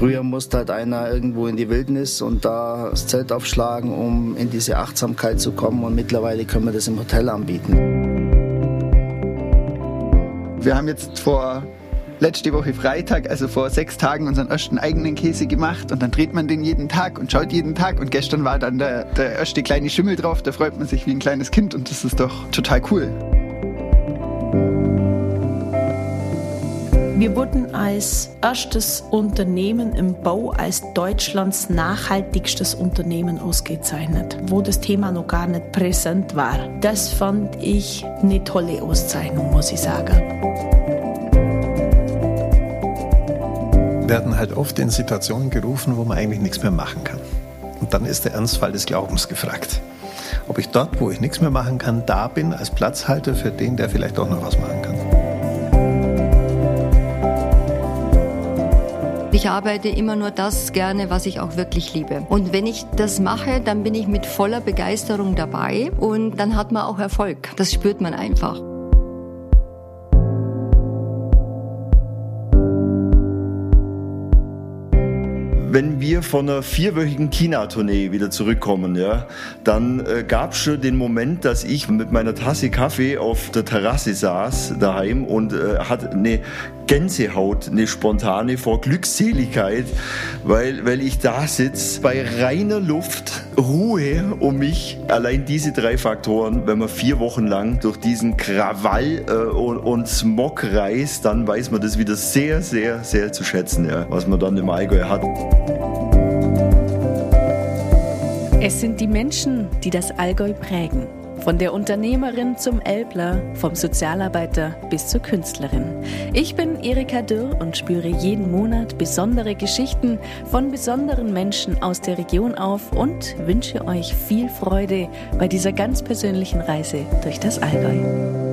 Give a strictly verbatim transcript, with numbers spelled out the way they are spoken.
Früher musste halt einer irgendwo in die Wildnis und da das Zelt aufschlagen, um in diese Achtsamkeit zu kommen. Und mittlerweile können wir das im Hotel anbieten. Wir haben jetzt vor letzte Woche Freitag, also vor sechs Tagen, unseren ersten eigenen Käse gemacht und dann dreht man den jeden Tag und schaut jeden Tag und gestern war dann der, der erste kleine Schimmel drauf, da freut man sich wie ein kleines Kind und das ist doch total cool. Wir wurden als erstes Unternehmen im Bau als Deutschlands nachhaltigstes Unternehmen ausgezeichnet, wo das Thema noch gar nicht präsent war. Das fand ich eine tolle Auszeichnung, muss ich sagen. Wir werden halt oft in Situationen gerufen, wo man eigentlich nichts mehr machen kann. Und dann ist der Ernstfall des Glaubens gefragt. Ob ich dort, wo ich nichts mehr machen kann, da bin als Platzhalter für den, der vielleicht auch noch was machen kann. Ich arbeite immer nur das gerne, was ich auch wirklich liebe. Und wenn ich das mache, dann bin ich mit voller Begeisterung dabei und dann hat man auch Erfolg. Das spürt man einfach. Wenn wir von einer vierwöchigen China-Tournee wieder zurückkommen, ja, dann äh, gab es schon den Moment, dass ich mit meiner Tasse Kaffee auf der Terrasse saß daheim und äh, hatte eine Gänsehaut, eine spontane vor Glückseligkeit, weil, weil ich da sitze bei reiner Luft, Ruhe um mich. Allein diese drei Faktoren, wenn man vier Wochen lang durch diesen Krawall äh, und, und Smog reist, dann weiß man das wieder sehr, sehr, sehr zu schätzen, ja, was man dann im Allgäu hat. Es sind die Menschen, die das Allgäu prägen. Von der Unternehmerin zum Älpler, vom Sozialarbeiter bis zur Künstlerin. Ich bin Erika Dürr und spüre jeden Monat besondere Geschichten von besonderen Menschen aus der Region auf und wünsche euch viel Freude bei dieser ganz persönlichen Reise durch das Allgäu.